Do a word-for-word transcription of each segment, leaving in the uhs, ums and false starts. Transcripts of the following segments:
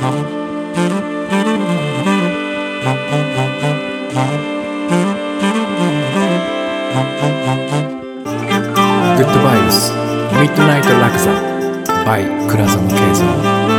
グッドバイブスミッドナイトラクザ by 倉園慶三。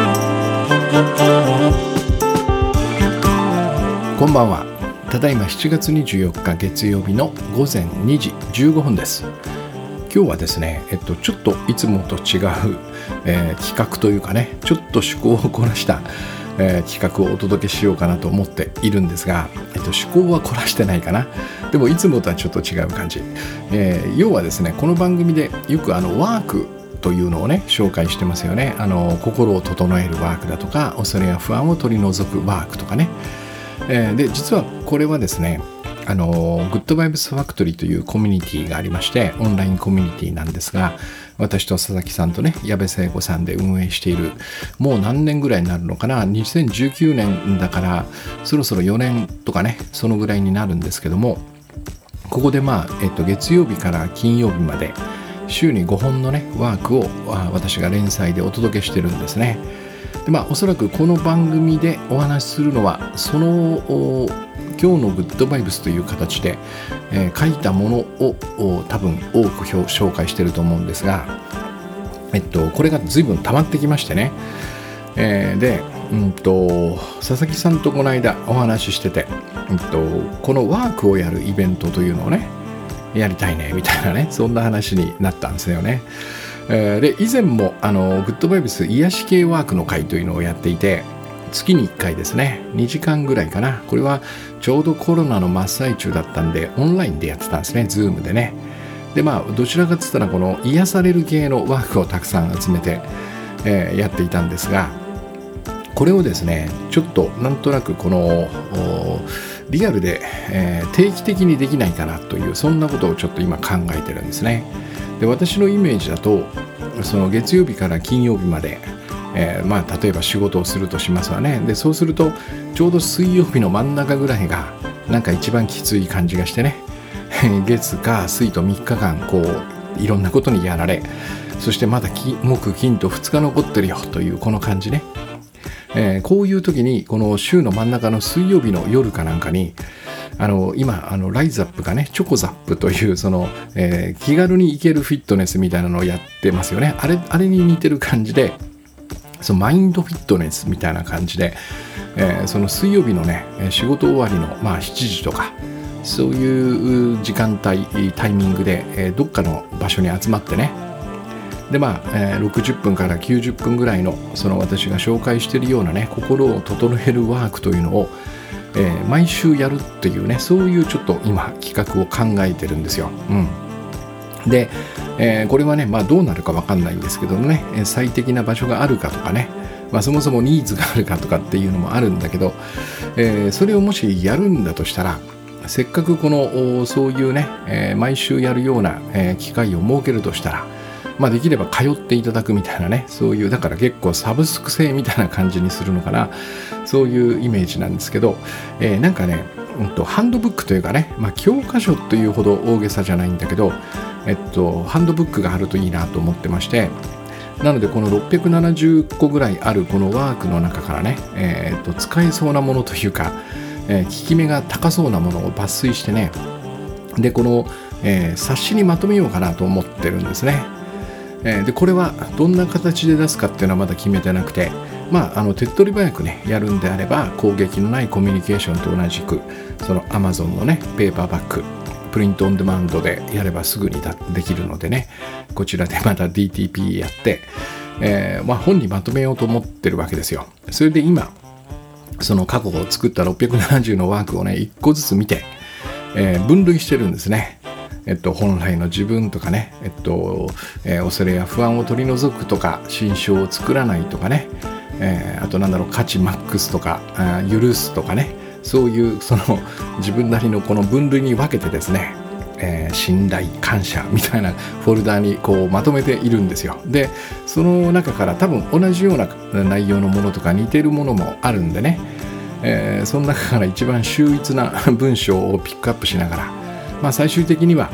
こんばんは。ただいましちがつにじゅうよっか月曜日のごぜんにじじゅうごふんです。今日はですね、えっと、ちょっといつもと違う、えー、企画というかね、ちょっと趣向を凝らした、えー、企画をお届けしようかなと思っているんですが、えっと、趣向は凝らしてないかな。でもいつもとはちょっと違う感じ、えー、要はですね、この番組でよくあのワークというのをね紹介してますよね。あの心を整えるワークだとか、恐れや不安を取り除くワークとかね、えー、で実はこれはですね、あのグッドバイブスファクトリーというコミュニティがありまして、オンラインコミュニティなんですが、私と佐々木さんとね矢部聖子さんで運営している、もう何年ぐらいになるのかな、にせんじゅうきゅうねんだからそろそろよねんとかね、そのぐらいになるんですけども、ここでまあ、えっと、月曜日から金曜日まで週にごほんのねワークを私が連載でお届けしてるんですね。でまあおそらくこの番組でお話しするのはその今日のグッドバイブスという形で、えー、書いたものを多分多く紹介してると思うんですが、えっとこれが随分溜まってきましてね、えー、で、うんと佐々木さんとこの間お話ししてて、うんとこのワークをやるイベントというのをねやりたいねみたいなね、そんな話になったんですよね。えー、で以前もあのグッドバイブス癒し系ワークの会というのをやっていて、月にいっかいですね、にじかんぐらいかな。これはちょうどコロナの真っ最中だったんでオンラインでやってたんですね、ズームでね。でまあどちらかって言ったらこの癒される系のワークをたくさん集めて、えー、やっていたんですが、これをですねちょっとなんとなくこのリアルで、えー、定期的にできないかなという、そんなことをちょっと今考えてるんですね。で私のイメージだと、その月曜日から金曜日まで、えー、まあ例えば仕事をするとしますわね。でそうするとちょうど水曜日の真ん中ぐらいがなんか一番きつい感じがしてね月火水とみっかかんこういろんなことにやられ、そしてまだ木金とふつか残ってるよというこの感じね。えー、こういう時にこの週の真ん中の水曜日の夜かなんかに、あの今あのライザップがねチョコザップというその、えー、気軽に行けるフィットネスみたいなのをやってますよね。あれあれに似てる感じで、そのマインドフィットネスみたいな感じで、えー、その水曜日のね仕事終わりのまあしちじとかそういう時間帯タイミングで、えー、どっかの場所に集まってね、でまあ、えー、ろくじゅっぷんからきゅうじゅっぷんぐらいのその私が紹介しているようなね心を整えるワークというのを、えー、毎週やるっていうね、そういうちょっと今企画を考えてるんですよ。うんで、えー、これはね、まあ、どうなるか分かんないんですけどもね、最適な場所があるかとかね、まあ、そもそもニーズがあるかとかっていうのもあるんだけど、えー、それをもしやるんだとしたら、せっかくこのそういうね、えー、毎週やるような、えー、機会を設けるとしたら、まあ、できれば通っていただくみたいなね、そういうだから結構サブスク制みたいな感じにするのかな、そういうイメージなんですけど、えー、なんかね、うんと、ハンドブックというかね、まあ、教科書というほど大げさじゃないんだけど、えっと、ハンドブックがあるといいなと思ってまして、なのでこのろっぴゃくななじゅっこぐらいあるこのワークの中からね、えー、っと使えそうなものというか、えー、効き目が高そうなものを抜粋してね、でこの、えー、冊子にまとめようかなと思ってるんですね。えー、でこれはどんな形で出すかっていうのはまだ決めてなくて、まああの手っ取り早くねやるんであれば、攻撃のないコミュニケーションと同じくその Amazon のねペーパーバッグプリントオンデマンドでやればすぐにできるのでね、こちらでまた ディーティーピー やって、えーまあ、本にまとめようと思ってるわけですよ。それで今その過去を作ったろっぴゃくななじゅうのワークをねいっこずつ見て、えー、分類してるんですね。えっと、本来の自分とかね、えっとえー、恐れや不安を取り除くとか、心象を作らないとかね、えー、あとなんだろう、価値マックスとか許すとかね、そういうその自分なりのこの分類に分けてですね、えー、信頼感謝みたいなフォルダにこうまとめているんですよ。でその中から多分同じような内容のものとか似てるものもあるんでね、えー、その中から一番秀逸な文章をピックアップしながら、まあ、最終的には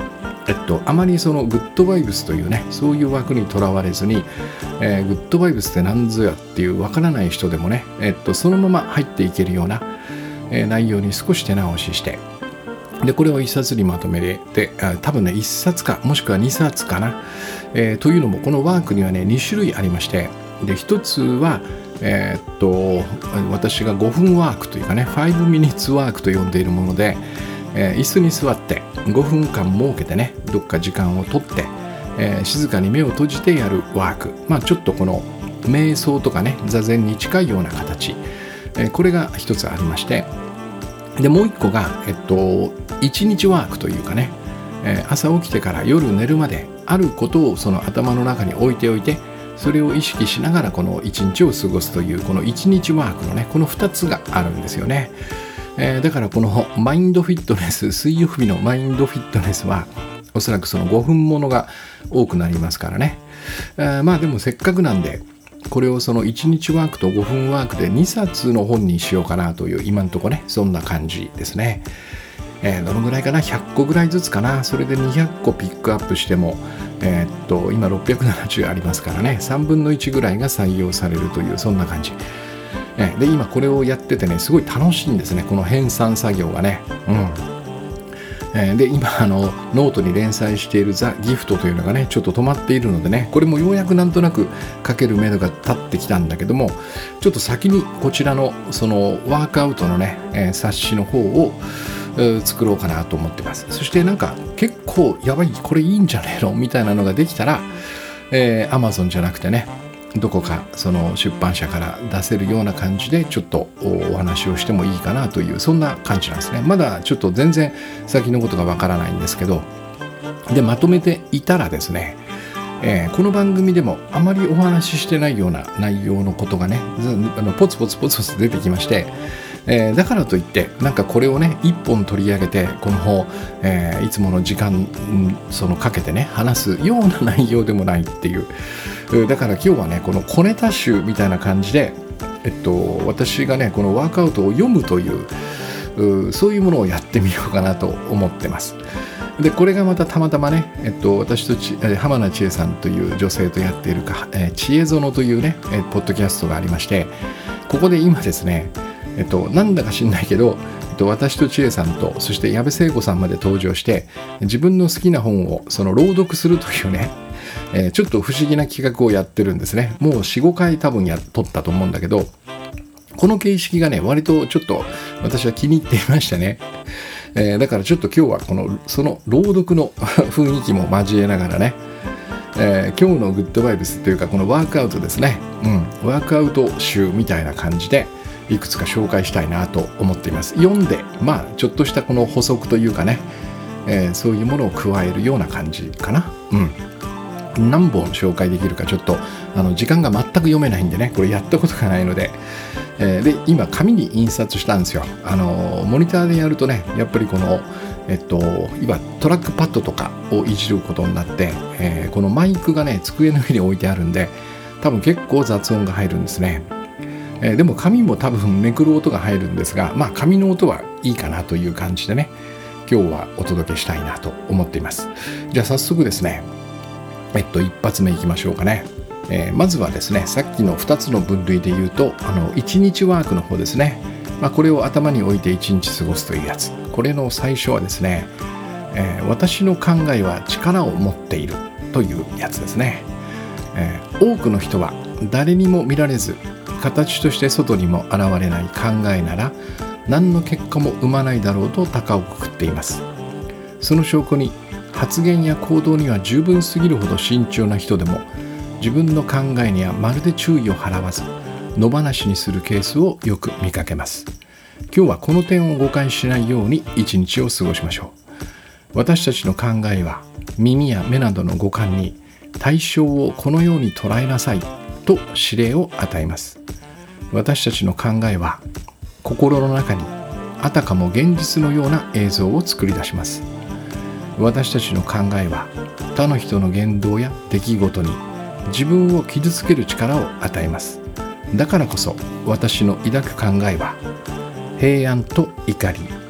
えっと、あまりそのグッドバイブスというねそういう枠にとらわれずに、えー、グッドバイブスって何ぞやっていうわからない人でもね、えっと、そのまま入っていけるような、えー、内容に少し手直しして、でこれを一冊にまとめて、多分ね一冊かもしくは二冊かな、えー、というのもこのワークにはねに種類ありまして、で一つはえー、っと私がごふんワークというかねごミニッツワークと呼んでいるもので、えー、椅子に座ってごふんかん設けてねどっか時間をとって、えー、静かに目を閉じてやるワーク、まあちょっとこの瞑想とかね座禅に近いような形、えー、これが一つありまして、でもう一個がえっと一日ワークというかね、えー、朝起きてから夜寝るまであることをその頭の中に置いておいて、それを意識しながらこの一日を過ごすというこの一日ワークのねこのふたつがあるんですよね。えー、だからこのマインドフィットネス、水曜日のマインドフィットネスはおそらくそのごふんものが多くなりますからね。えー、まあでもせっかくなんでこれをそのいちにちワークとごふんワークでにさつの本にしようかなという今のところねそんな感じですね。えー、どのぐらいかなひゃっこぐらいずつかな、それでにひゃっこピックアップしても、えー、っと今ろっぴゃくななじゅうありますからねさんぶんのいちぐらいが採用されるというそんな感じ、えー、で今これをやっててねすごい楽しいんですねこの編纂作業がね。うんえー、で今あのノートに連載しているザ・ギフトというのがねちょっと止まっているのでねこれもようやくなんとなく書ける目処が立ってきたんだけども、ちょっと先にこちらのそのワークアウトのね、えー、冊子の方を作ろうかなと思ってます。そしてなんか結構やばいこれいいんじゃねえのみたいなのができたら、えー、Amazon じゃなくてねどこかその出版社から出せるような感じでちょっとお話をしてもいいかなというそんな感じなんですね。まだちょっと全然先のことがわからないんですけど、でまとめていたらですね、えー、この番組でもあまりお話ししてないような内容のことがねあのポツポツポツポツ出てきまして、えー、だからといってなんかこれをね一本取り上げてこの、えー、いつもの時間そのかけてね話すような内容でもないっていう、だから今日はねこの小ネタ集みたいな感じで、えっと、私がねこのワークアウトを読むといううそういうものをやってみようかなと思ってます。でこれがまたたまたまね、えっと、私とち浜名千恵さんという女性とやっているか、えー、知恵園というね、えー、ポッドキャストがありまして、ここで今ですねえっと、なんだか知んないけど、えっと、私と千恵さんとそして矢部聖子さんまで登場して自分の好きな本をその朗読するというね、えー、ちょっと不思議な企画をやってるんですね。もう よん,ご 回多分やっとったと思うんだけど、この形式がね割とちょっと私は気に入っていましたね。えー、だからちょっと今日はこのその朗読の雰囲気も交えながらね、えー、今日のグッドバイブスというかこのワークアウトですね、うん、ワークアウト集みたいな感じでいくつか紹介したいなと思っています。読んでまあちょっとしたこの補足というかね、えー、そういうものを加えるような感じかな。うん、何本紹介できるかちょっとあの時間が全く読めないんでねこれやったことがないので、えー、で今紙に印刷したんですよ。あのモニターでやるとねやっぱりこのえっと今トラックパッドとかをいじることになって、えー、このマイクがね机の上に置いてあるんで多分結構雑音が入るんですね。えー、でも紙も多分めくる音が入るんですが、まあ紙の音はいいかなという感じでね今日はお届けしたいなと思っています。じゃあ早速ですねえっと一発目いきましょうかね。えー、まずはですねさっきのふたつの分類で言うとあのいちにちワークの方ですね、まあ、これを頭に置いていちにち過ごすというやつ、これの最初はですね、えー、私の考えは力を持っているというやつですね。えー、多くの人は誰にも見られず形として外にも現れない考えなら何の結果も生まないだろうと高をくくっています。その証拠に発言や行動には十分すぎるほど慎重な人でも自分の考えにはまるで注意を払わず野放しにするケースをよく見かけます。今日はこの点を誤解しないように一日を過ごしましょう。私たちの考えは耳や目などの五感に対象をこのように捉えなさいと指令を与えます。私たちの考えは心の中にあたかも現実のような映像を作り出します。私たちの考えは他の人の言動や出来事に自分を傷つける力を与えます。だからこそ私の抱く考えは平安と怒り、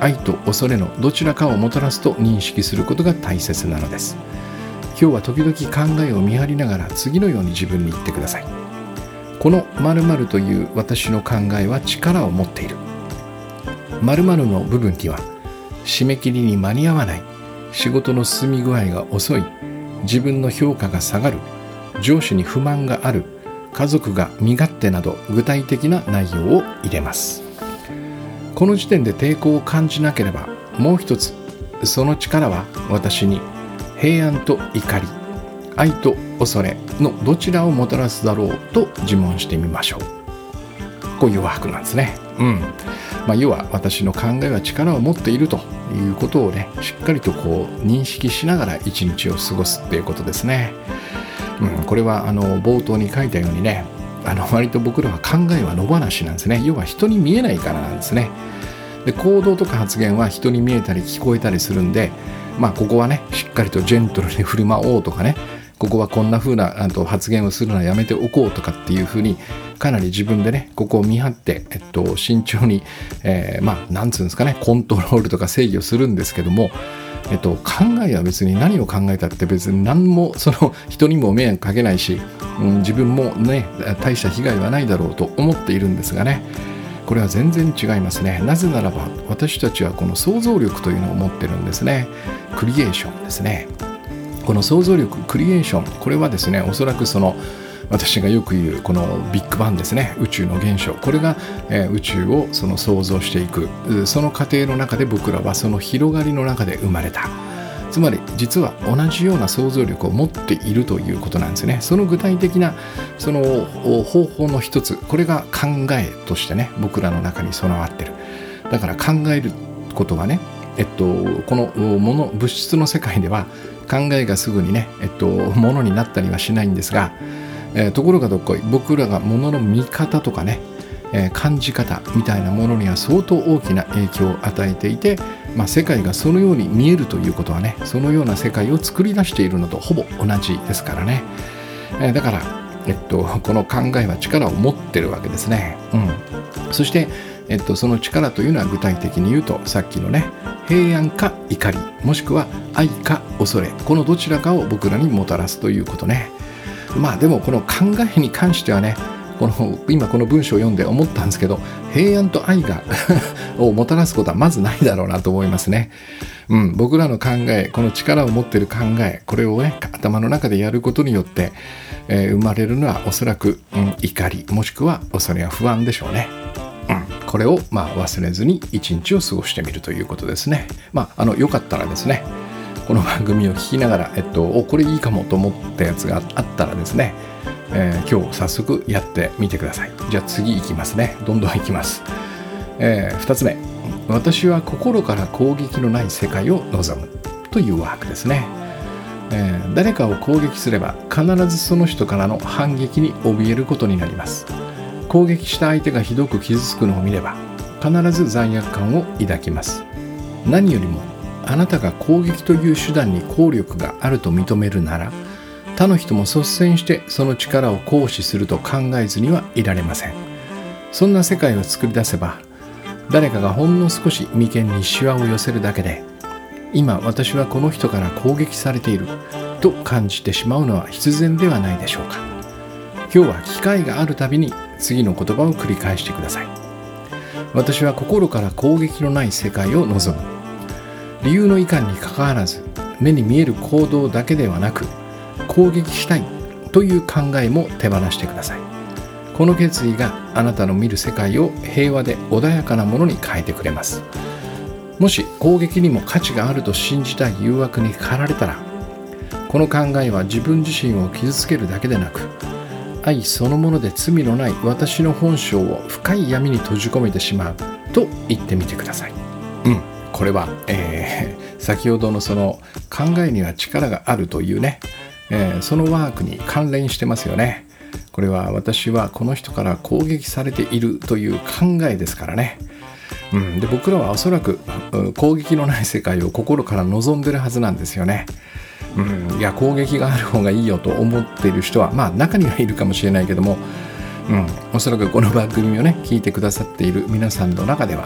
愛と恐れのどちらかをもたらすと認識することが大切なのです。今日は時々考えを見張りながら次のように自分に言ってください。この〇〇という私の考えは力を持っている。〇〇の部分には締め切りに間に合わない、仕事の進み具合が遅い、自分の評価が下がる、上司に不満がある、家族が身勝手など具体的な内容を入れます。この時点で抵抗を感じなければ、もう一つ、その力は私に平安と怒り、愛と恐れのどちらをもたらすだろうと自問してみましょう。こういうワークなんですね。うん。まあ、要は私の考えは力を持っているということをね、しっかりとこう認識しながら一日を過ごすっていうことですね。うん、これはあの冒頭に書いたようにね、あの割と僕らは考えは野放しなんですね。要は人に見えないからなんですね。で、行動とか発言は人に見えたり聞こえたりするんで、まあここはね、しっかりとジェントルに振る舞おうとかね、ここはこんな風なあと発言をするのはやめておこうとかっていう風にかなり自分でね、ここを見張って、えっと、慎重に、えー、まあなんつうんですかね、コントロールとか制御するんですけども、えっと、考えは別に何を考えたって別に何もその人にも迷惑かけないし、うん、自分もね大した被害はないだろうと思っているんですがね、これは全然違いますね。なぜならば私たちはこの想像力というのを持ってるんですね。クリエーションですね。この想像力、クリエーション、これはですね、おそらくその私がよく言うこのビッグバンですね、宇宙の現象、これが、えー、宇宙をその想像していく、その過程の中で僕らはその広がりの中で生まれた。つまり実は同じような想像力を持っているということなんですね。その具体的なその方法の一つ、これが考えとしてね、僕らの中に備わってる。だから考えることはね、えっと、このもの物質の世界では考えがすぐにね、えっと、ものになったりはしないんですが、えー、ところがどっこい、僕らがものの見方とかね、えー、感じ方みたいなものには相当大きな影響を与えていて、まあ、世界がそのように見えるということはね、そのような世界を作り出しているのとほぼ同じですからね。えー、だから、えっと、この考えは力を持ってるわけですね。うん。そして、えっと、その力というのは具体的に言うと、さっきのね、平安か怒り、もしくは愛か恐れ、このどちらかを僕らにもたらすということね。まあでもこの考えに関してはね、この今この文章を読んで思ったんですけど、平安と愛がをもたらすことはまずないだろうなと思いますね。うん、僕らの考え、この力を持っている考え、これをね、頭の中でやることによって、えー、生まれるのはおそらく、うん、怒り、もしくは恐れや不安でしょうね。うん、これをまあ忘れずに一日を過ごしてみるということですね。まあ、あのよかったらですね、この番組を聞きながら、えっと、おこれいいかもと思ったやつがあったらですね、えー、今日早速やってみてください。じゃあ次いきますね。どんどんいきます。えー、ふたつめ、私は心から攻撃のない世界を望むというワークですね。えー、誰かを攻撃すれば必ずその人からの反撃に怯えることになります。攻撃した相手がひどく傷つくのを見れば必ず罪悪感を抱きます。何よりもあなたが攻撃という手段に効力があると認めるなら、他の人も率先してその力を行使すると考えずにはいられません。そんな世界を作り出せば、誰かがほんの少し眉間にシワを寄せるだけで、今私はこの人から攻撃されていると感じてしまうのは必然ではないでしょうか。今日は機会があるたびに次の言葉を繰り返してください。私は心から攻撃のない世界を望む。理由のいかんにかかわらず、目に見える行動だけではなく、攻撃したいという考えも手放してください。この決意があなたの見る世界を平和で穏やかなものに変えてくれます。もし攻撃にも価値があると信じたい誘惑に駆られたら、この考えは自分自身を傷つけるだけでなく、愛そのもので罪のない私の本性を深い闇に閉じ込めてしまうと言ってみてください。うん、これは、えー、先ほどのその考えには力があるというね、えー、そのワークに関連してますよね。これは私はこの人から攻撃されているという考えですからね。うん、で僕らはおそらく攻撃のない世界を心から望んでるはずなんですよね。うん、いや攻撃がある方がいいよと思っている人はまあ中にはいるかもしれないけども、うん、おそらくこの番組をね聞いてくださっている皆さんの中では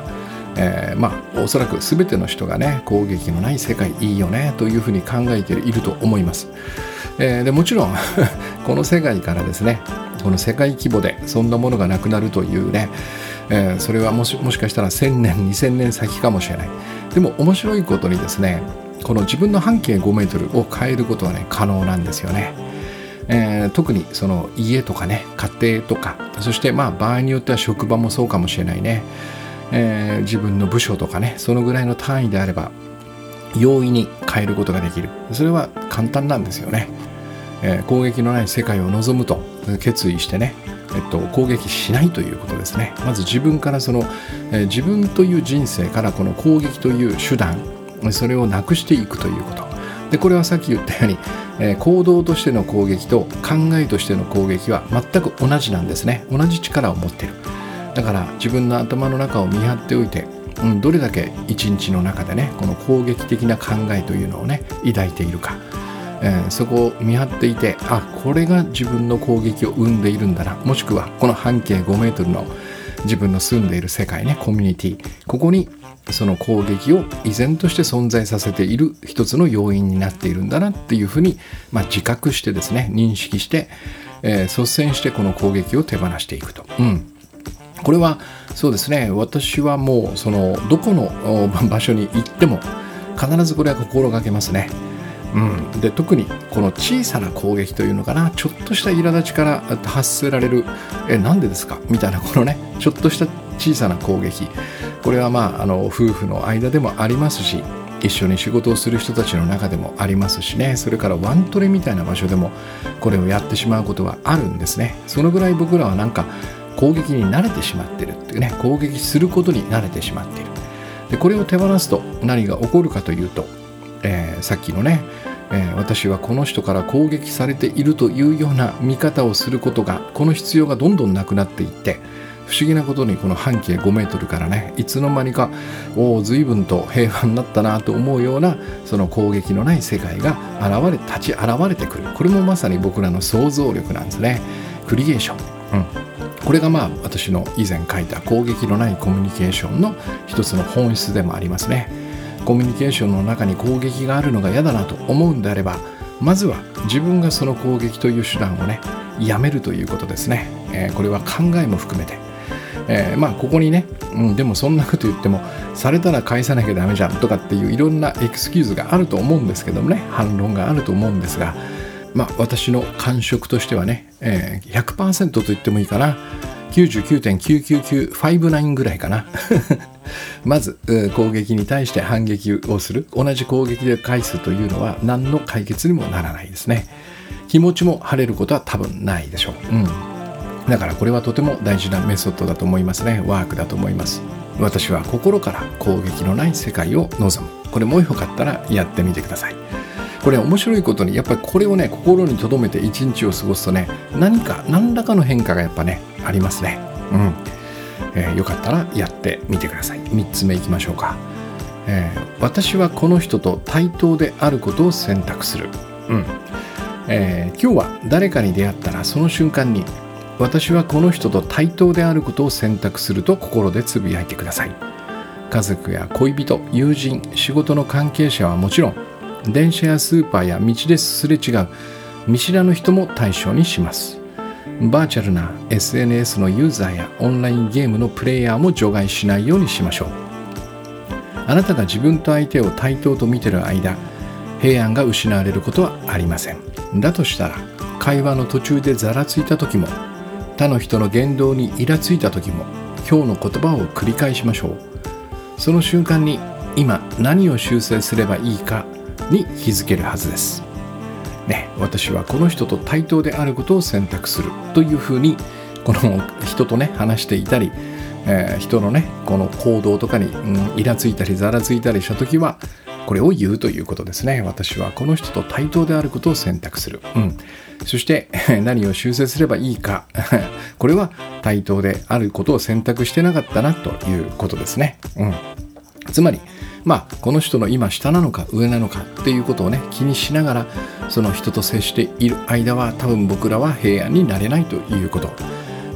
えー、まあおそらく全ての人がね、攻撃のない世界いいよねというふうに考えていると思います。えー、でもちろんこの世界からですね、この世界規模でそんなものがなくなるというね、えー、それはもし、もしかしたらせんねんにせんねん先かもしれない。でも面白いことにですね、この自分の半径ごメートルを変えることはね可能なんですよね。えー、特にその家とかね、家庭とか、そしてまあ場合によっては職場もそうかもしれないね。えー、自分の部署とかね、そのぐらいの単位であれば容易に変えることができる。それは簡単なんですよね。えー、攻撃のない世界を望むと決意してね、えっと、攻撃しないということですね。まず自分からその、えー、自分という人生からこの攻撃という手段、それをなくしていくということで、これはさっき言ったように、えー、行動としての攻撃と考えとしての攻撃は全く同じなんですね。同じ力を持っている。だから自分の頭の中を見張っておいて、うん、どれだけ一日の中でね、この攻撃的な考えというのをね抱いているか、えー、そこを見張っていて、あ、これが自分の攻撃を生んでいるんだな、もしくはこの半径ごメートルの自分の住んでいる世界ね、コミュニティ、ここにその攻撃を依然として存在させている一つの要因になっているんだなっていうふうに、まあ、自覚してですね、認識して、えー、率先してこの攻撃を手放していくと、うん、これはそうですね、私はもうそのどこの場所に行っても必ずこれは心がけますね。うん、で特にこの小さな攻撃というのかな、ちょっとした苛立ちから発せられる、えなんでですかみたいな、このねちょっとした小さな攻撃、これはまああの夫婦の間でもありますし、一緒に仕事をする人たちの中でもありますしね、それからワントレみたいな場所でもこれをやってしまうことはあるんですね。そのぐらい僕らはなんか攻撃に慣れてしまっているっていうね、攻撃することに慣れてしまっている。でこれを手放すと何が起こるかというと、えー、さっきのね、えー、私はこの人から攻撃されているというような見方をすることが、この必要がどんどんなくなっていって、不思議なことにこの半径ごメートルからね、いつの間にかおお随分と平和になったなと思うような、その攻撃のない世界が現れ立ち現れてくる。これもまさに僕らの想像力なんですね。クリエーション、うん、これがまあ私の以前書いた攻撃のないコミュニケーションの一つの本質でもありますね。コミュニケーションの中に攻撃があるのが嫌だなと思うんであれば、まずは自分がその攻撃という手段をねやめるということですね。えー、これは考えも含めて、えー、まあここにね、うん、でもそんなこと言ってもされたら返さなきゃダメじゃんとかっていういろんなエクスキューズがあると思うんですけどもね、反論があると思うんですが、まあ私の感触としてはね、えー、ひゃくパーセント と言ってもいいかな、きゅうじゅうきゅうてんきゅうきゅうきゅうごじゅうきゅうぐらいかなまず攻撃に対して反撃をする、同じ攻撃で返すというのは何の解決にもならないですね。気持ちも晴れることは多分ないでしょう、うん、だからこれはとても大事なメソッドだと思いますね。ワークだと思います。私は心から攻撃のない世界を望む。これもよかったらやってみてください。これ面白いことに、やっぱりこれをね心に留めて一日を過ごすとね、何か何らかの変化がやっぱねありますね。うん、えー、よかったらやってみてください。みっつめいきましょうか。えー、私はこの人と対等であることを選択する。うん、えー、今日は誰かに出会ったらその瞬間に私はこの人と対等であることを選択すると心でつぶやいてください。家族や恋人、友人、仕事の関係者はもちろん、電車やスーパーや道ですれ違う見知らぬ人も対象にします。バーチャルな エスエヌエス のユーザーやオンラインゲームのプレイヤーも除外しないようにしましょう。あなたが自分と相手を対等と見ている間、平安が失われることはありません。だとしたら、会話の途中でざらついた時も、他の人の言動にイラついた時も、今日の言葉を繰り返しましょう。その瞬間に今何を修正すればいいかに気づけるはずです。ね、私はこの人と対等であることを選択するというふうに、この人とね話していたり、えー、人のねこの行動とかに、うん、イラついたりざらついたりした時はこれを言うということですね。私はこの人と対等であることを選択する、うん、そして何を修正すればいいかこれは対等であることを選択してなかったなということですね、うん、つまりまあこの人の今下なのか上なのかっていうことをね気にしながらその人と接している間は多分僕らは平安になれないということ、うん、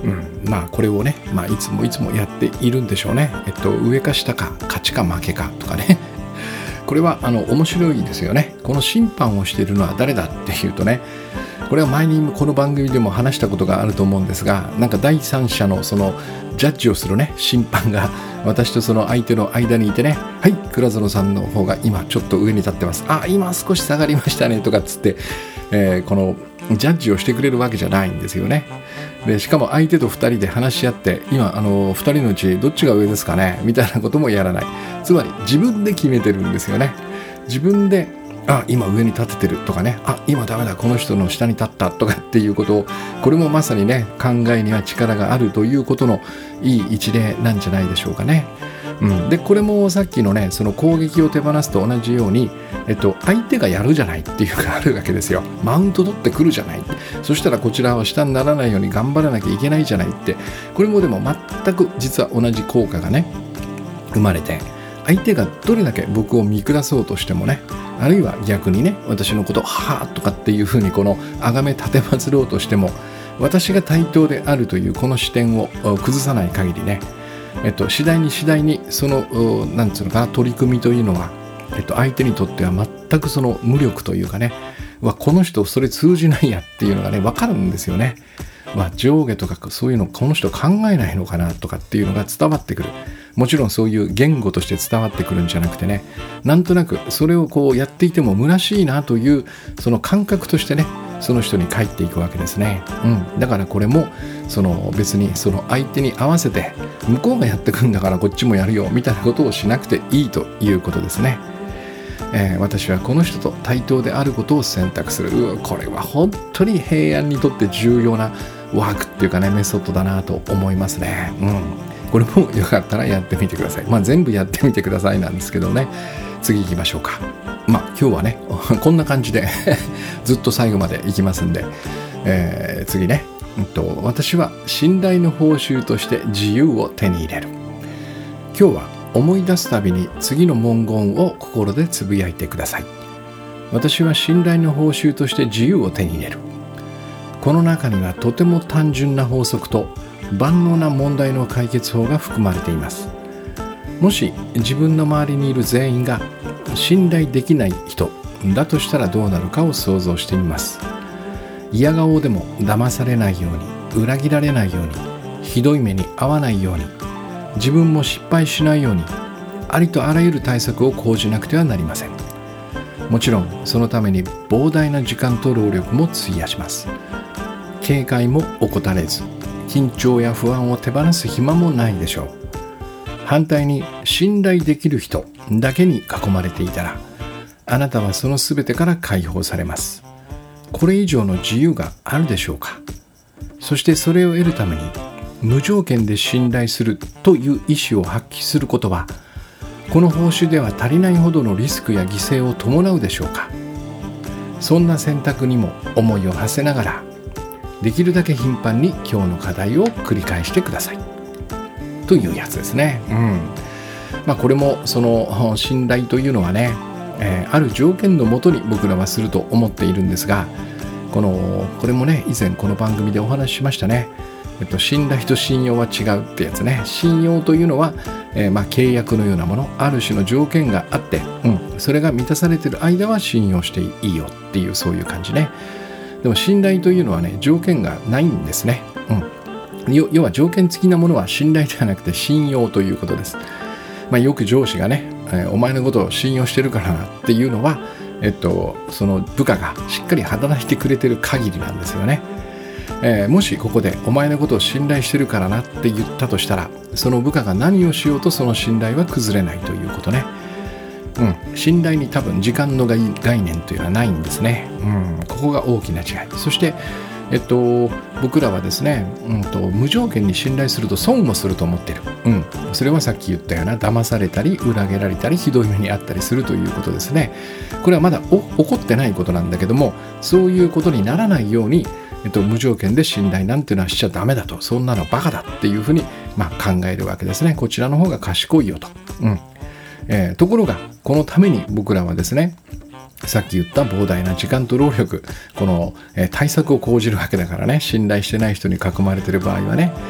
まあこれをね、まあ、いつもいつもやっているんでしょうね。えっと上か下か勝ちか負けかとかねこれはあの面白いですよね。この審判をしているのは誰だっていうとね、これは前にこの番組でも話したことがあると思うんですが、なんか第三者のそのジャッジをするね審判が私とその相手の間にいてね、はい、倉園さんの方が今ちょっと上に立ってます、あ、今少し下がりましたねとかっつって、えー、このジャッジをしてくれるわけじゃないんですよね。でしかも相手とふたりで話し合って、今あのふたりのうちどっちが上ですかねみたいなこともやらない。つまり自分で決めてるんですよね。自分で、あ、今上に立ててるとかね、あ、今ダメだ、この人の下に立ったとかっていうことを、これもまさにね、考えには力があるということのいい一例なんじゃないでしょうかね。うん、でこれもさっきのね、その攻撃を手放すと同じように、えっと、相手がやるじゃないっていうのがあるわけですよ。マウント取ってくるじゃない。そしたらこちらは下にならないように頑張らなきゃいけないじゃないって、これもでも全く実は同じ効果がね生まれて、相手がどれだけ僕を見下そうとしてもね、あるいは逆にね、私のことをはぁとかっていうふうにこの崇め立てまつろうとしても、私が対等であるというこの視点を崩さない限りね、えっと、次第に次第にそのなんつうのかな、取り組みというのは、えっと、相手にとっては全くその無力というかね、わ、この人それ通じないやっていうのがね分かるんですよね。わ、上下とかそういうのこの人考えないのかなとかっていうのが伝わってくる。もちろんそういう言語として伝わってくるんじゃなくてね、なんとなくそれをこうやっていても虚しいなというその感覚としてね、その人に返っていくわけですね。うん、だからこれもその別にその相手に合わせて向こうがやってくるんだからこっちもやるよみたいなことをしなくていいということですね。えー、私はこの人と対等であることを選択する。これは本当に平安にとって重要なワークっていうかね、メソッドだなと思いますね。うん、これもよかったらやってみてください。まあ全部やってみてくださいなんですけどね。次行きましょうか。まあ今日はねこんな感じでずっと最後まで行きますんで、えー、次ね、うんと、私は信頼の報酬として自由を手に入れる。今日は思い出すたびに次の文言を心でつぶやいてください。私は信頼の報酬として自由を手に入れる。この中にはとても単純な法則と万能な問題の解決法が含まれています。もし自分の周りにいる全員が信頼できない人だとしたらどうなるかを想像してみます。嫌顔でも騙されないように、裏切られないように、ひどい目に遭わないように、自分も失敗しないように、ありとあらゆる対策を講じなくてはなりません。もちろんそのために膨大な時間と労力も費やします。警戒も怠れず、緊張や不安を手放す暇もないでしょう。反対に信頼できる人だけに囲まれていたら、あなたはその全てから解放されます。これ以上の自由があるでしょうか。そしてそれを得るために無条件で信頼するという意思を発揮することは、この報酬では足りないほどのリスクや犠牲を伴うでしょうか。そんな選択にも思いを馳せながら、できるだけ頻繁に今日の課題を繰り返してくださいというやつですね。うん、まあこれもその信頼というのはね、えー、ある条件のもとに僕らはすると思っているんですが、このこれもね、以前この番組でお話ししましたね。えっと、信頼と信用は違うってやつね。信用というのは、えー、まあ契約のようなもの、ある種の条件があって、うん、それが満たされている間は信用していいよっていう、そういう感じね。でも信頼というのはね、条件がないんですね。うん、要は条件付きなものは信頼ではなくて信用ということです。まあ、よく上司がね、えー、お前のことを信用してるからなっていうのは、えっと、その部下がしっかり働いてくれてる限りなんですよね。えー、もしここでお前のことを信頼してるからなって言ったとしたら、その部下が何をしようとその信頼は崩れないということね。うん、信頼に多分時間の概念というのはないんですね。うん、ここが大きな違い。そして、えっと、僕らはですね、うんと、無条件に信頼すると損をすると思っている。うん、それはさっき言ったような騙されたり裏切られたりひどい目にあったりするということですね。これはまだ起こってないことなんだけども、そういうことにならないように、えっと、無条件で信頼なんていうのはしちゃダメだと、そんなのバカだっていうふうに、まあ、考えるわけですね。こちらの方が賢いよと。うんえー、ところがこのために僕らはですね、さっき言った膨大な時間と労力、この、えー、対策を講じるわけだからね。信頼してない人に囲まれてる場合はね、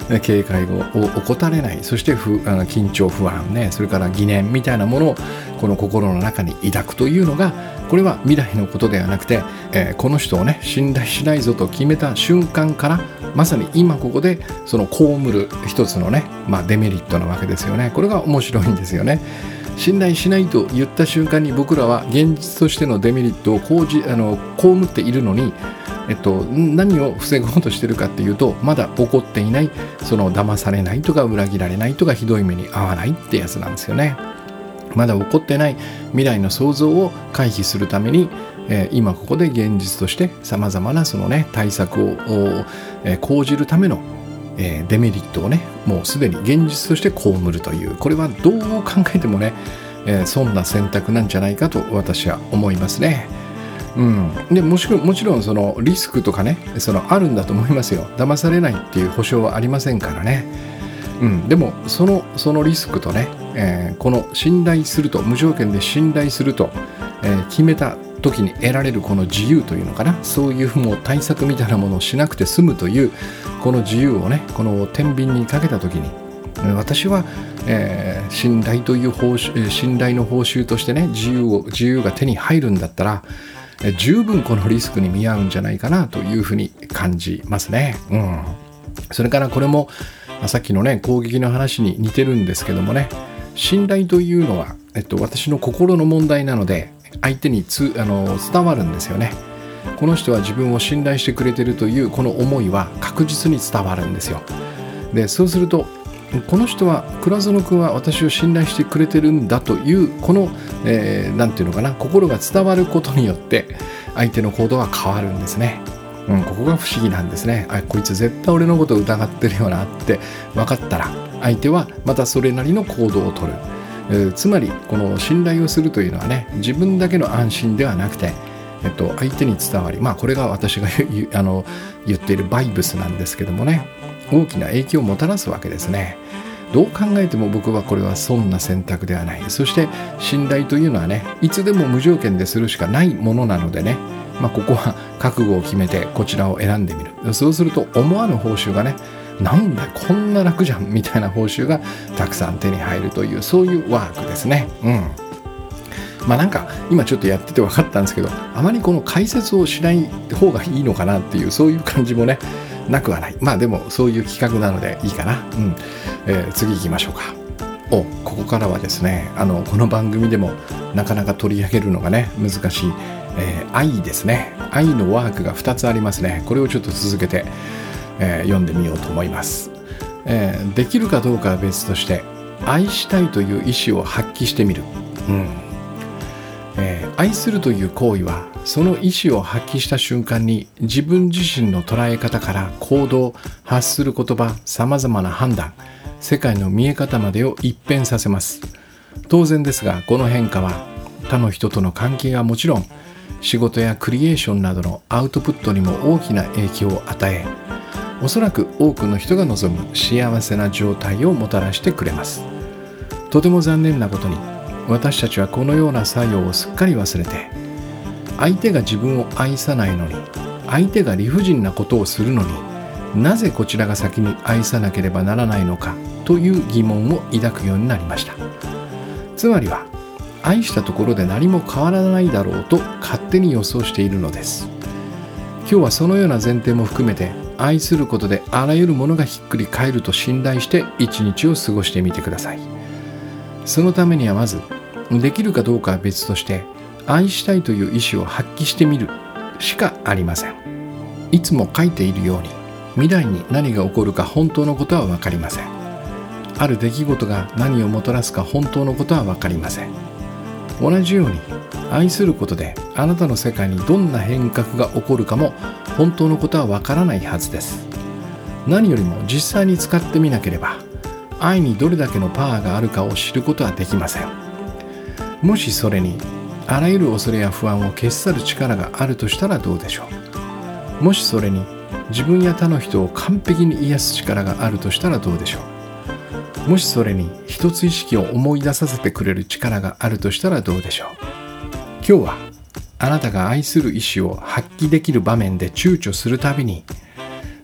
警戒を怠れない、そして不あの緊張不安ね、それから疑念みたいなものをこの心の中に抱くというのが、これは未来のことではなくて、えー、この人をね信頼しないぞと決めた瞬間から、まさに今ここでその被る一つのね、まあ、デメリットなわけですよね。これが面白いんですよね。信頼しないと言った瞬間に、僕らは現実としてのデメリットを講じあの被っているのに、えっと、何を防ごうとしているかっていうと、まだ起こっていない、その騙されないとか裏切られないとかひどい目に遭わないってやつなんですよね。まだ起こってない未来の想像を回避するために、えー、今ここで現実としてさまざまなそのね対策を、えー、講じるための、えー、デメリットをねもうすでに現実として被るという、これはどう考えてもね、えー、そんな選択なんじゃないかと私は思いますね。うん、でもちろん、もちろんそのリスクとかね、そのあるんだと思いますよ。騙されないっていう保証はありませんからね。うん、でもそのそのリスクとね、えー、この信頼すると、無条件で信頼すると、えー、決めた時に得られるこの自由というのかな、そういうもう対策みたいなものをしなくて済むというこの自由をね、この天秤にかけた時に、私は、えー、信頼という報酬、信頼の報酬としてね、自由を自由が手に入るんだったら、えー、十分このリスクに見合うんじゃないかなというふうに感じますね。うん、それからこれもさっきのね攻撃の話に似てるんですけどもね、信頼というのは、えっと、私の心の問題なので、相手につあの伝わるんですよね。この人は自分を信頼してくれてるというこの思いは確実に伝わるんですよ。でそうすると、この人は倉園君は私を信頼してくれてるんだというこの、えー、なんていうのかな、心が伝わることによって相手の行動は変わるんですね。うん、ここが不思議なんですね。あ、こいつ絶対俺のことを疑ってるよなって分かったら、相手はまたそれなりの行動をとる。えー、つまりこの信頼をするというのはね、自分だけの安心ではなくて、えっと、相手に伝わり、まあこれが私が言あの言っているバイブスなんですけどもね、大きな影響をもたらすわけですね。どう考えても僕はこれはそんな選択ではない。そして信頼というのはね、いつでも無条件でするしかないものなのでね、まあ、ここは覚悟を決めてこちらを選んでみる。そうすると思わぬ報酬がね、なんだこんな楽じゃんみたいな報酬がたくさん手に入るという、そういうワークですね。うん。まあなんか今ちょっとやってて分かったんですけど、あまりこの解説をしない方がいいのかなっていう、そういう感じもねなくはない。まあでもそういう企画なのでいいかな。うん。えー、次行きましょうか。お、ここからはですね、あのこの番組でもなかなか取り上げるのがね難しい、えー、愛ですね。愛のワークがふたつありますね。これをちょっと続けて、えー、読んでみようと思います。えー、できるかどうかは別として、愛したいという意志を発揮してみる。うんえー、愛するという行為は、その意志を発揮した瞬間に自分自身の捉え方から行動、発する言葉、さまざまな判断、世界の見え方までを一変させます。当然ですが、この変化は他の人との関係はもちろん、仕事やクリエーションなどのアウトプットにも大きな影響を与え、おそらく多くの人が望む幸せな状態をもたらしてくれます。とても残念なことに、私たちはこのような作用をすっかり忘れて、相手が自分を愛さないのに、相手が理不尽なことをするのに、なぜこちらが先に愛さなければならないのかという疑問を抱くようになりました。つまりは、愛したところで何も変わらないだろうと勝手に予想しているのです。今日はそのような前提も含めて、愛することであらゆるものがひっくり返ると信頼して一日を過ごしてみてください。そのためにはまず、できるかどうかは別として、愛したいという意志を発揮してみるしかありません。いつも書いているように、未来に何が起こるか本当のことは分かりません。ある出来事が何をもたらすか本当のことは分かりません。同じように、愛することであなたの世界にどんな変革が起こるかも本当のことは分からないはずです。何よりも実際に使ってみなければ、愛にどれだけのパワーがあるかを知ることはできません。もしそれにあらゆる恐れや不安を消し去る力があるとしたらどうでしょう。もしそれに自分や他の人を完璧に癒す力があるとしたらどうでしょう。もしそれに一つ意識を思い出させてくれる力があるとしたらどうでしょう。今日はあなたが愛する意志を発揮できる場面で躊躇するたびに、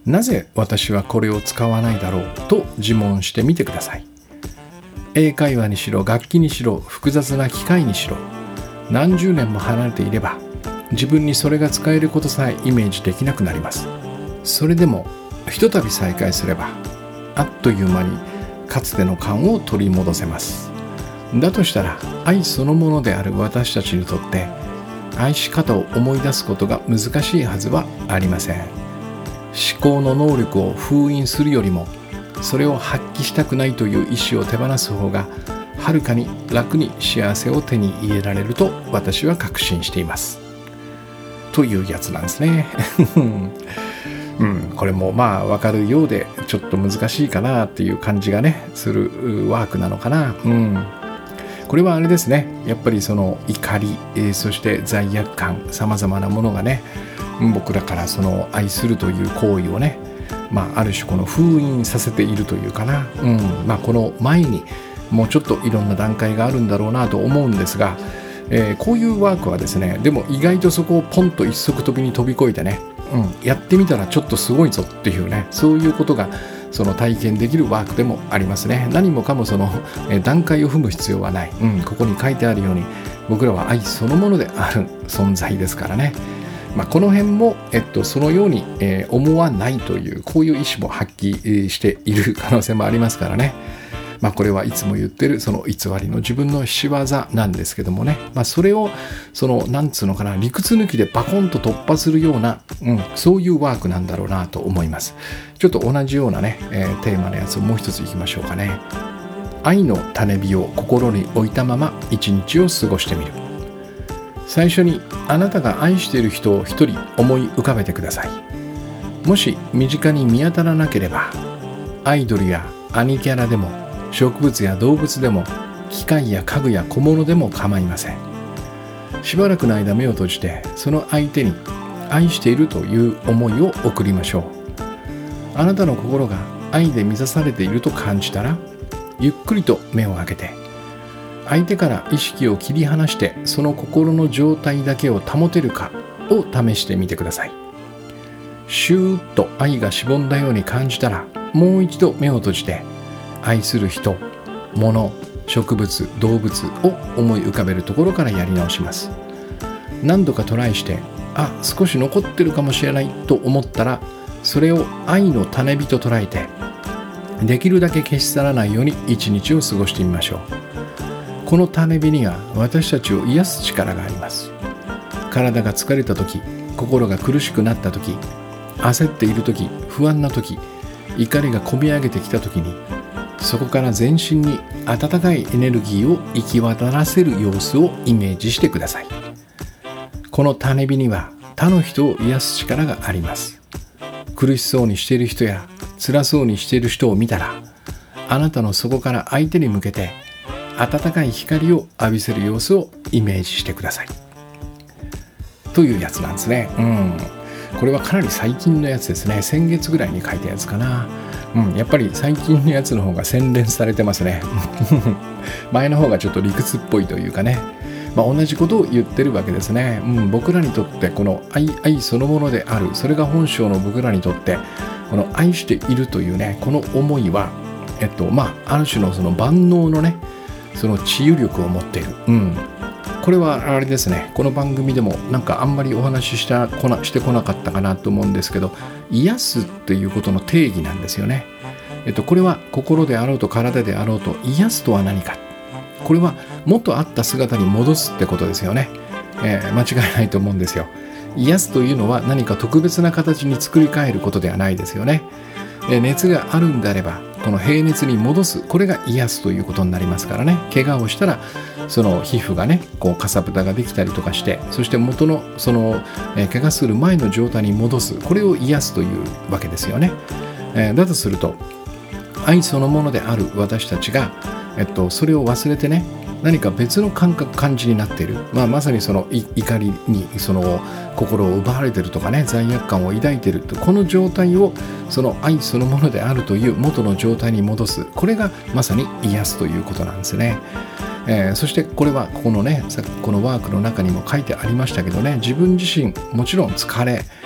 なぜ私はこれを使わないだろうと自問してみてください。英会話にしろ、楽器にしろ、複雑な機械にしろ、何十年も離れていれば自分にそれが使えることさえイメージできなくなります。それでもひとたび再会すればあっという間にかつての感を取り戻せます。だとしたら愛そのものである私たちにとって愛し方を思い出すことが難しいはずはありません。思考の能力を封印するよりもそれを発揮したくないという意思を手放す方がはるかに楽に幸せを手に入れられると私は確信していますというやつなんですね、うん、これもまあ分かるようでちょっと難しいかなっていう感じがねするワークなのかな、うん、これはあれですね、やっぱりその怒り、えー、そして罪悪感、さまざまなものがね僕らからその愛するという行為をね、まあ、ある種この封印させているというかな、うんまあ、この前にもうちょっといろんな段階があるんだろうなと思うんですが、えー、こういうワークはですね、でも意外とそこをポンと一足飛びに飛び越えてね、うん、やってみたらちょっとすごいぞっていうね、そういうことがその体験できるワークでもありますね。何もかもその、えー、段階を踏む必要はない、うん、ここに書いてあるように僕らは愛そのものである存在ですからね。まあ、この辺も、えっと、そのように、えー、思わないというこういう意思も発揮している可能性もありますからね。まあ、これはいつも言ってるその偽りの自分の仕業なんですけどもね、まあ、それをそのなんつうのかな、理屈抜きでバコンと突破するような、うん、そういうワークなんだろうなと思います。ちょっと同じようなね、えー、テーマのやつをもう一ついきましょうかね。愛の種火を心に置いたまま一日を過ごしてみる。最初にあなたが愛している人を一人思い浮かべてください。もし身近に見当たらなければアイドルやアニキャラでも植物や動物でも機械や家具や小物でも構いません。しばらくの間目を閉じてその相手に愛しているという思いを送りましょう。あなたの心が愛で満たされていると感じたらゆっくりと目を開けて相手から意識を切り離してその心の状態だけを保てるかを試してみてください。シューッと愛がしぼんだように感じたらもう一度目を閉じて愛する人、物、植物、動物を思い浮かべるところからやり直します。何度かトライしてあ、少し残ってるかもしれないと思ったらそれを愛の種火と捉えてできるだけ消し去らないように一日を過ごしてみましょう。この種火には私たちを癒す力があります。体が疲れた時、心が苦しくなった時、焦っている時、不安な時、怒りがこみ上げてきた時にそこから全身に温かいエネルギーを行き渡らせる様子をイメージしてください。この種火には他の人を癒す力があります。苦しそうにしている人や辛そうにしている人を見たらあなたの底から相手に向けて温かい光を浴びせる様子をイメージしてくださいというやつなんですね。うん、これはかなり最近のやつですね。先月ぐらいに書いたやつかな。うん、やっぱり最近のやつの方が洗練されてますね前の方がちょっと理屈っぽいというかね、まあ、同じことを言ってるわけですね。うん、僕らにとってこの 愛, 愛そのものである、それが本性の僕らにとってこの愛しているというね、この思いは、えっとまあ、ある種のその万能のねその治癒力を持っている、うん、これはあれですね、この番組でもなんかあんまりお話ししたこなしてこなかったかなと思うんですけど、癒すっていうことの定義なんですよね。えっと、これは心であろうと体であろうと癒すとは何か、これは元あった姿に戻すってことですよね、えー、間違いないと思うんですよ。癒すというのは何か特別な形に作り変えることではないですよね。えー、熱があるんであればこの平熱に戻す、これが癒すということになりますからね。怪我をしたらその皮膚がねこうかさぶたができたりとかして、そして元のその、えー、怪我する前の状態に戻す、これを癒すというわけですよね。えー、だとすると愛そのものである私たちが、えっと、それを忘れてね何か別の感覚感じになっている、まあ、まさにその怒りにその心を奪われているとかね、罪悪感を抱いていると、この状態をその愛そのものであるという元の状態に戻す、これがまさに癒すということなんですね。えー、そしてこれはここのねこのワークの中にも書いてありましたけどね、自分自身もちろん疲れ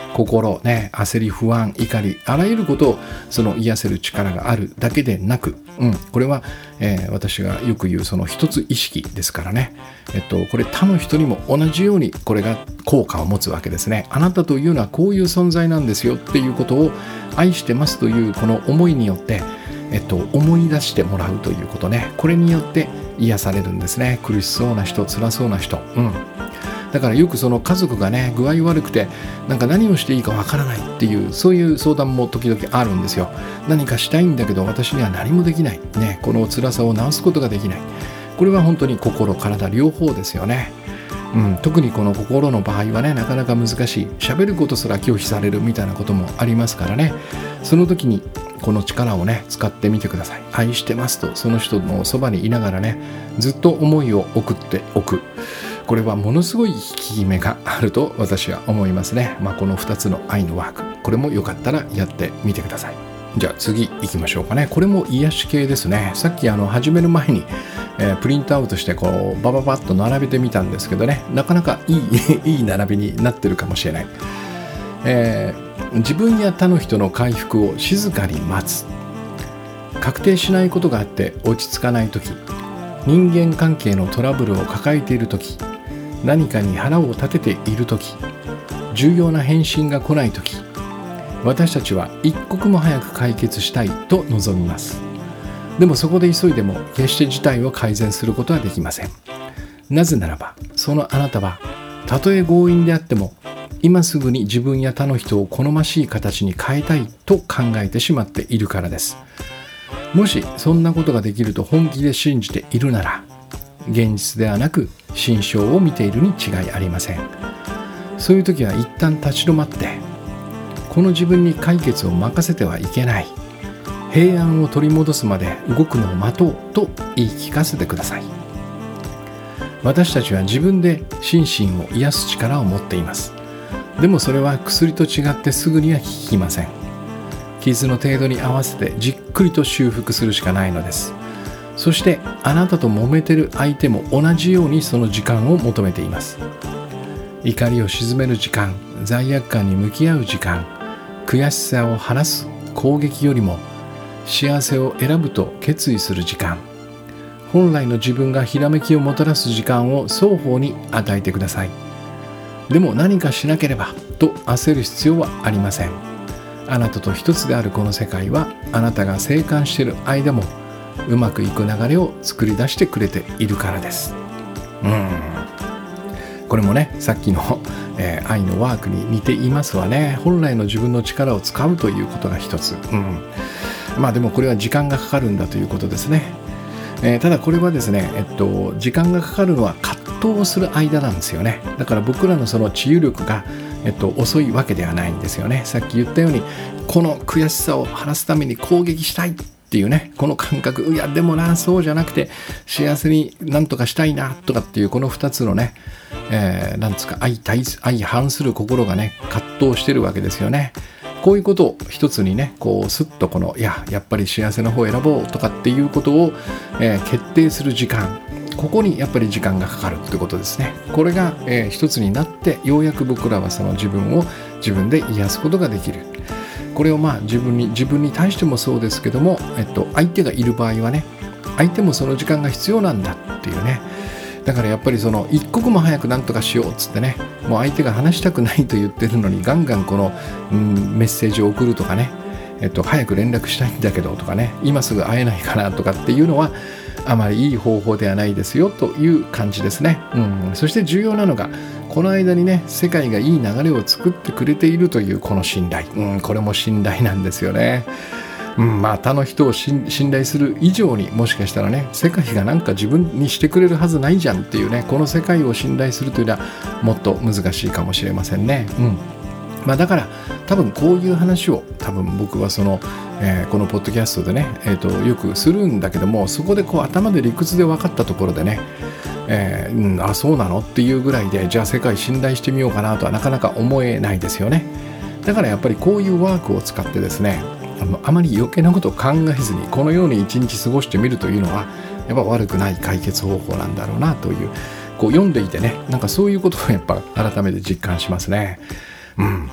心ね、焦り、不安、怒り、あらゆることをその癒せる力があるだけでなく、うん、これは、えー、私がよく言うその一つ意識ですからね、えっと、これ他の人にも同じようにこれが効果を持つわけですね。あなたというのはこういう存在なんですよっていうことを愛してますというこの思いによって、えっと、思い出してもらうということね。これによって癒されるんですね。苦しそうな人、辛そうな人、うん、だからよくその家族がね具合悪くてなんか何をしていいかわからないっていうそういう相談も時々あるんですよ。何かしたいんだけど私には何もできないね、この辛さを治すことができない。これは本当に心体両方ですよね。うん、特にこの心の場合はねなかなか難しい、喋ることすら拒否されるみたいなこともありますからね。その時にこの力をね使ってみてください。愛してますとその人のそばにいながらねずっと思いを送っておく。これはものすごい効き目があると私は思いますね。まあ、このふたつの愛のワーク、これもよかったらやってみてください。じゃあ次行きましょうかね。これも癒し系ですね。さっきあの始める前に、えー、プリントアウトしてこうバババッと並べてみたんですけどね、なかなかいいいい並びになってるかもしれない。えー、自分や他の人の回復を静かに待つ。確定しないことがあって落ち着かないとき、人間関係のトラブルを抱えているとき、何かに腹を立てているとき、重要な返信が来ないとき、私たちは一刻も早く解決したいと望みます。でもそこで急いでも決して事態を改善することはできません。なぜならば、そのあなたはたとえ強引であっても今すぐに自分や他の人を好ましい形に変えたいと考えてしまっているからです。もしそんなことができると本気で信じているなら、現実ではなく心象を見ているに違いありません。そういう時は一旦立ち止まって、この自分に解決を任せてはいけない、平安を取り戻すまで動くのを待とうと言い聞かせてください。私たちは自分で心身を癒す力を持っています。でもそれは薬と違ってすぐには効きません。傷の程度に合わせてじっくりと修復するしかないのです。そしてあなたと揉めてる相手も同じようにその時間を求めています。怒りを鎮める時間、罪悪感に向き合う時間、悔しさを晴らす攻撃よりも幸せを選ぶと決意する時間、本来の自分がひらめきをもたらす時間を双方に与えてください。でも何かしなければと焦る必要はありません。あなたと一つであるこの世界は、あなたが静観している間もうまくいく流れを作り出してくれているからです。うーんこれもね、さっきの、えー、愛のワークに似ていますわね。本来の自分の力を使うということが一つ、うん、まあでもこれは時間がかかるんだということですね。えー、ただこれはですね、えっと、時間がかかるのは葛藤をする間なんですよね。だから僕らのその治癒力が、えっと、遅いわけではないんですよね。さっき言ったように、この悔しさを晴らすために攻撃したいっていうね、この感覚、いやでもな、そうじゃなくて幸せになんとかしたいなとかっていうこの二つのね、えー、なんですか、相対相反する心がね葛藤してるわけですよね。こういうことを一つにね、こうスッとこのいややっぱり幸せの方を選ぼうとかっていうことを、えー、決定する時間、ここにやっぱり時間がかかるってことですね。これが、えー、一つになってようやく僕らはその自分を自分で癒すことができる。これをまあ自分に自分に対してもそうですけども、えっと、相手がいる場合はね、相手もその時間が必要なんだっていうね。だからやっぱりその一刻も早く何とかしようっつってね、もう相手が話したくないと言ってるのにガンガンこの、うん、メッセージを送るとかね、えっと、早く連絡したいんだけどとかね、今すぐ会えないかなとかっていうのはあまりいい方法ではないですよという感じですね。うん、そして重要なのが、この間にね、世界がいい流れを作ってくれているというこの信頼、うん、これも信頼なんですよね。うん、まあ他の人を信頼する以上に、もしかしたらね、世界がなんか自分にしてくれるはずないじゃんっていうね、この世界を信頼するというのはもっと難しいかもしれませんね。うん、まあだから多分こういう話を多分僕はその、えー、このポッドキャストでね、えーと、よくするんだけども、そこでこう頭で理屈で分かったところでね、えーうん、あそうなのっていうぐらいで、じゃあ世界信頼してみようかなとはなかなか思えないですよね。だからやっぱりこういうワークを使ってですね、あのあまり余計なことを考えずにこのように一日過ごしてみるというのはやっぱ悪くない解決方法なんだろうなという、こう読んでいてね、なんかそういうことをやっぱ改めて実感しますね。うん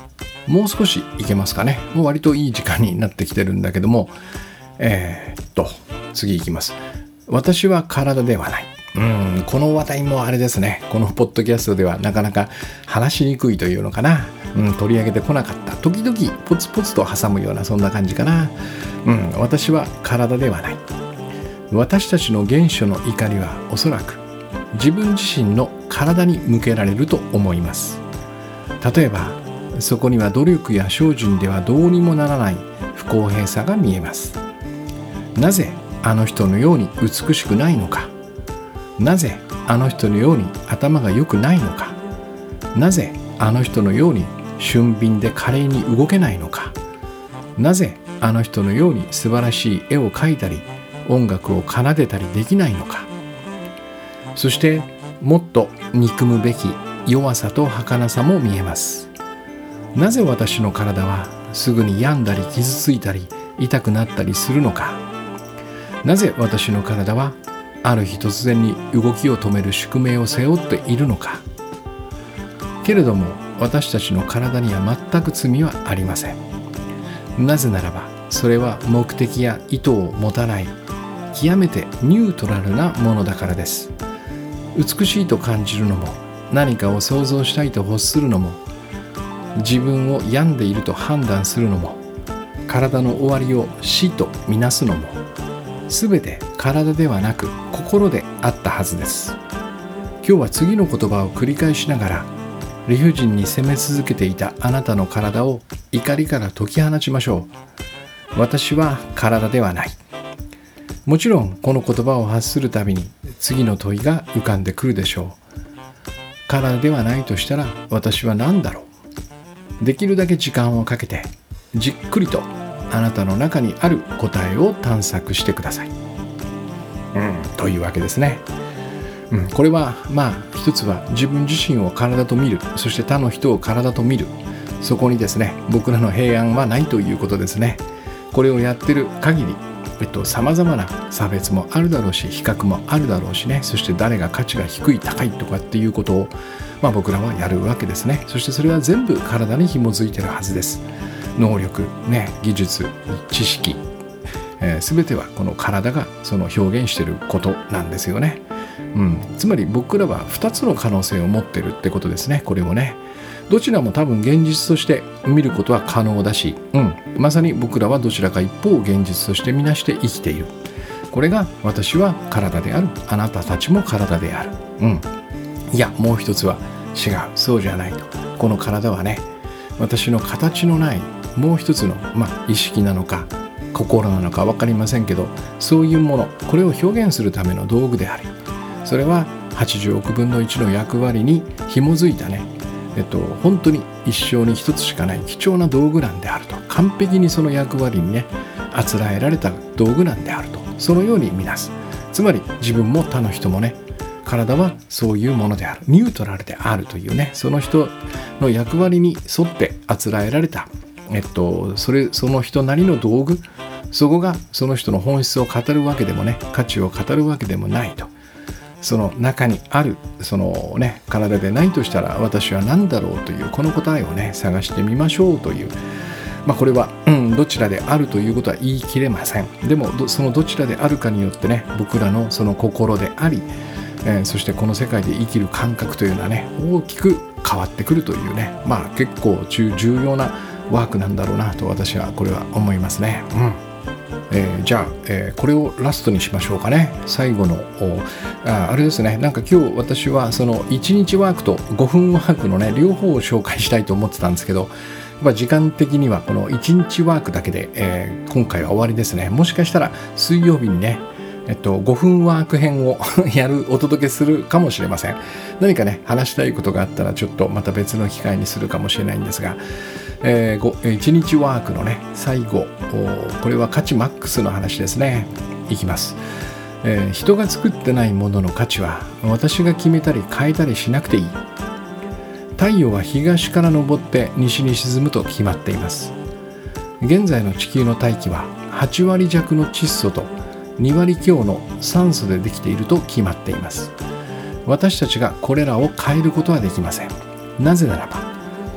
もう少しいけますかね。もう割といい時間になってきてるんだけども、えー、っと次いきます。私は体ではない。うん、この話題もあれですね。このポッドキャストではなかなか話しにくいというのかな。うん、取り上げてこなかった。時々ポツポツと挟むようなそんな感じかな。うん、私は体ではない。私たちの原初の怒りはおそらく自分自身の体に向けられると思います。例えばそこには努力や精進ではどうにもならない不公平さが見えます。なぜあの人のように美しくないのか。なぜあの人のように頭が良くないのか。なぜあの人のように俊敏で華麗に動けないのか。なぜあの人のように素晴らしい絵を描いたり音楽を奏でたりできないのか。そしてもっと憎むべき弱さと儚さも見えます。なぜ私の体はすぐに病んだり傷ついたり痛くなったりするのか。なぜ私の体はある日突然に動きを止める宿命を背負っているのか。けれども私たちの体には全く罪はありません。なぜならばそれは目的や意図を持たない極めてニュートラルなものだからです。美しいと感じるのも何かを想像したいと欲するのも自分を病んでいると判断するのも体の終わりを死とみなすのもすべて体ではなく心であったはずです。今日は次の言葉を繰り返しながら理不尽に責め続けていたあなたの体を怒りから解き放ちましょう。私は体ではない。もちろんこの言葉を発するたびに次の問いが浮かんでくるでしょう。体ではないとしたら私は何だろう。できるだけ時間をかけてじっくりとあなたの中にある答えを探索してください。うん、というわけですね。うん、これはまあ一つは自分自身を体と見る、そして他の人を体と見る。そこにですね、僕らの平安はないということですね。これをやってる限り、えっと、様々な差別もあるだろうし、比較もあるだろうしね、そして誰が価値が低い高いとかっていうことを、まあ、僕らはやるわけですね。そしてそれは全部体に紐づいてるはずです。能力、ね、技術、知識、えー、全てはこの体がその表現していることなんですよね。うん、つまり僕らはふたつの可能性を持ってるってことですね。これをね、どちらも多分現実として見ることは可能だし、うん、まさに僕らはどちらか一方を現実として見なして生きている。これが私は体である、あなたたちも体である。うん、いやもう一つは違う、そうじゃないと。この体はね、私の形のないもう一つの、まあ、意識なのか心なのか分かりませんけど、そういうもの、これを表現するための道具であり、それははちじゅうおくぶんのいちの役割に紐づいたね、えっと、本当に一生に一つしかない貴重な道具なんであると、完璧にその役割にねあつらえられた道具なんであると、そのように見なす。つまり自分も他の人もね、体はそういうものである、ニュートラルであるというね、その人の役割に沿ってあつらえられた、えっと、それその人なりの道具、そこがその人の本質を語るわけでもね、価値を語るわけでもないと。その中にあるそのね体でないとしたら私は何だろうというこの答えをね探してみましょうという、まあこれは、うん、どちらであるということは言い切れません。でもそのどちらであるかによってね、僕らのその心であり、えー、そしてこの世界で生きる感覚というのはね大きく変わってくるというね、まあ結構重要なワークなんだろうなと私はこれは思いますね。うんえー、じゃあ、えー、これをラストにしましょうかね。最後の あ, あれですね、なんか今日私はそのいちにちワークとごふんワークのね両方を紹介したいと思ってたんですけど、やっぱ時間的にはこのいちにちワークだけで、えー、今回は終わりですね。もしかしたら水曜日にねえっと、ごふんワーク編をやるお届けするかもしれません。何かね話したいことがあったらちょっとまた別の機会にするかもしれないんですが、えー、いちにちワークのね最後、これは価値マックスの話ですね。いきます、えー、人が作ってないものの価値は私が決めたり変えたりしなくていい。太陽は東から昇って西に沈むと決まっています。現在の地球の大気ははちわりじゃくの窒素とにわり強の酸素でできていると決まっています。私たちがこれらを変えることはできません。なぜならば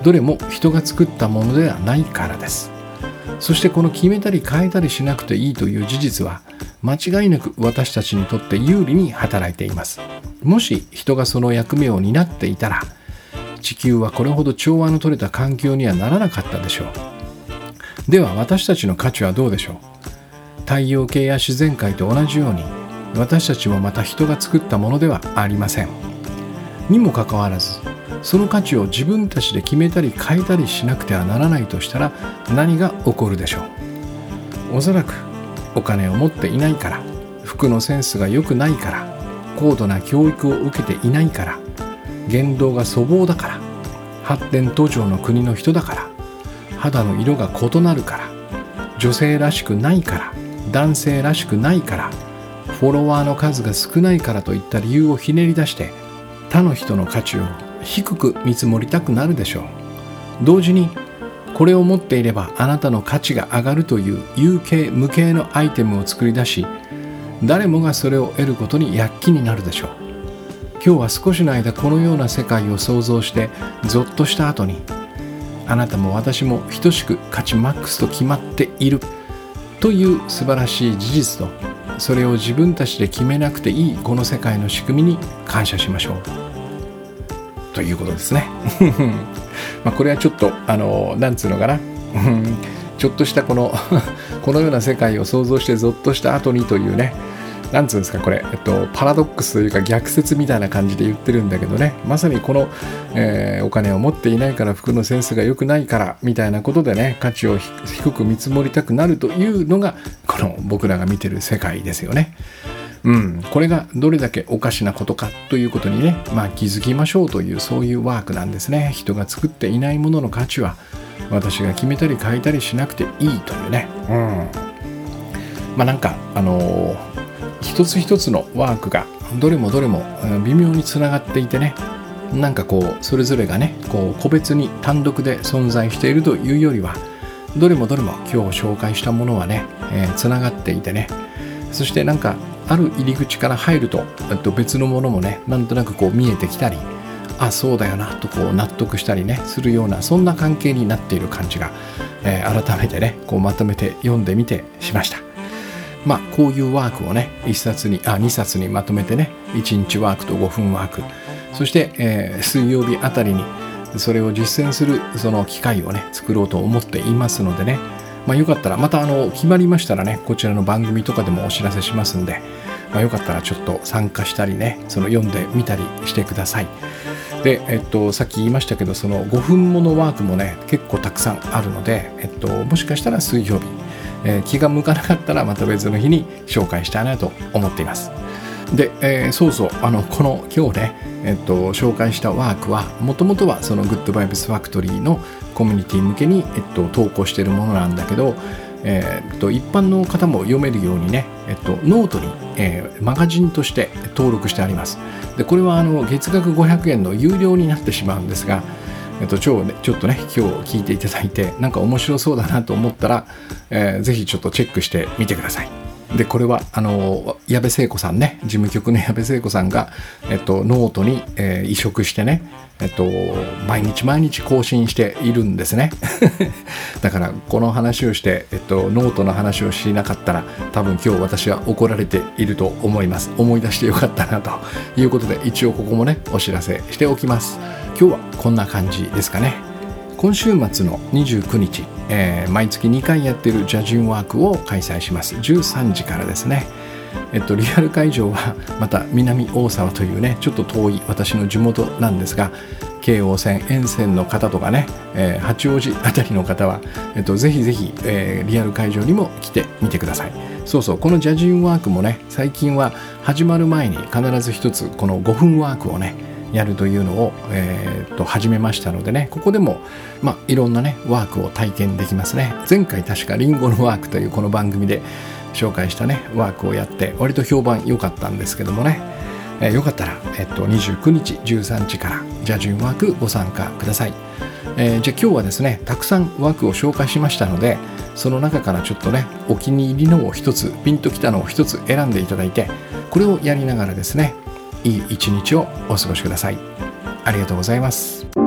どれも人が作ったものではないからです。そしてこの決めたり変えたりしなくていいという事実は間違いなく私たちにとって有利に働いています。もし人がその役目を担っていたら、地球はこれほど調和の取れた環境にはならなかったでしょう。では私たちの価値はどうでしょう。太陽系や自然界と同じように、私たちもまた人が作ったものではありません。にもかかわらず、その価値を自分たちで決めたり変えたりしなくてはならないとしたら、何が起こるでしょう。おそらくお金を持っていないから、服のセンスが良くないから、高度な教育を受けていないから、言動が粗暴だから、発展途上の国の人だから、肌の色が異なるから、女性らしくないから、男性らしくないから、フォロワーの数が少ないからといった理由をひねり出して、他の人の価値を低く見積もりたくなるでしょう。同時に、これを持っていればあなたの価値が上がるという有形無形のアイテムを作り出し、誰もがそれを得ることに躍起になるでしょう。今日は少しの間このような世界を想像してゾッとした後に、あなたも私も等しく価値マックスと決まっているという素晴らしい事実と、それを自分たちで決めなくていいこの世界の仕組みに感謝しましょうということですね。まあこれはちょっとあのなんつうのかなちょっとしたこのこのような世界を想像してゾッとした後にというね、なんつうんですかこれ、えっと、パラドックスというか逆説みたいな感じで言ってるんだけどね、まさにこの、えー、お金を持っていないから服のセンスが良くないからみたいなことでね、価値を低く見積もりたくなるというのがこの僕らが見てる世界ですよね。うん、これがどれだけおかしなことかということにね、まあ、気づきましょうというそういうワークなんですね。人が作っていないものの価値は私が決めたり変えたりしなくていいというね、うん、まあなんかあのー、一つ一つのワークがどれもどれも微妙につながっていてね、なんかこうそれぞれがねこう個別に単独で存在しているというよりは、どれもどれも今日紹介したものはね、えー、つながっていてね、そしてなんかある入り口から入ると、えっと、別のものもねなんとなくこう見えてきたり、あそうだよなとこう納得したりねするような、そんな関係になっている感じが、えー、改めてねこうまとめて読んでみてしました。まあこういうワークをねいっさつにあにさつにまとめてね、いちにちワークとごふんワーク、そして、えー、水曜日あたりにそれを実践するその機会をね作ろうと思っていますのでね、まあ、よかったらまたあの決まりましたらねこちらの番組とかでもお知らせしますんで、まあ、よかったらちょっと参加したりね、その読んでみたりしてください。で、えっと、さっき言いましたけど、そのごふんものワークもね結構たくさんあるので、えっと、もしかしたら水曜日、えー、気が向かなかったらまた別の日に紹介したいなと思っています。で、えー、そうそうあのこの今日ね、えっと、紹介したワークはもともとはそのグッドバイブスファクトリーのコミュニティ向けに、えっと、投稿しているものなんだけど、えー、っと一般の方も読めるようにね、えっと、ノートに、えー、マガジンとして登録してあります。でこれはあの月額ごひゃくえんの有料になってしまうんですが、えっと、ちょ, ね、ちょっとね今日聞いていただいてなんか面白そうだなと思ったら、えー、ぜひちょっとチェックしてみてください。でこれはあの矢部聖子さんね、事務局の矢部聖子さんが、えっと、ノートに、えー、移植してね、えっと、毎日毎日更新しているんですねだからこの話をして、えっと、ノートの話をしなかったら多分今日私は怒られていると思います。思い出してよかったなということで、一応ここもねお知らせしておきます。今日はこんな感じですかね。今週末のにじゅうくにち、えー、毎月にかいやっているジャジンワークを開催します。じゅうさんじからですね。えっと、リアル会場はまた南大沢というねちょっと遠い私の地元なんですが、京王線沿線の方とかね、えー、八王子あたりの方は、えっと、ぜひぜひ、えー、リアル会場にも来てみてください。そうそうこのジャジンワークもね最近は始まる前に必ず一つこのごふんワークをねやるというのを、えー、と始めましたのでね、ここでも、まあ、いろんなねワークを体験できますね。前回確かリンゴのワークというこの番組で紹介したねワークをやって割と評判良かったんですけどもね、えー、よかったら、えー、とにじゅうくにちじゅうさんじからジャジンワークご参加ください。えー、じゃあ今日はですねたくさんワークを紹介しましたので、その中からちょっとねお気に入りのを一つピンときたのを一つ選んでいただいて、これをやりながらですねいい一日をお過ごしください。ありがとうございます。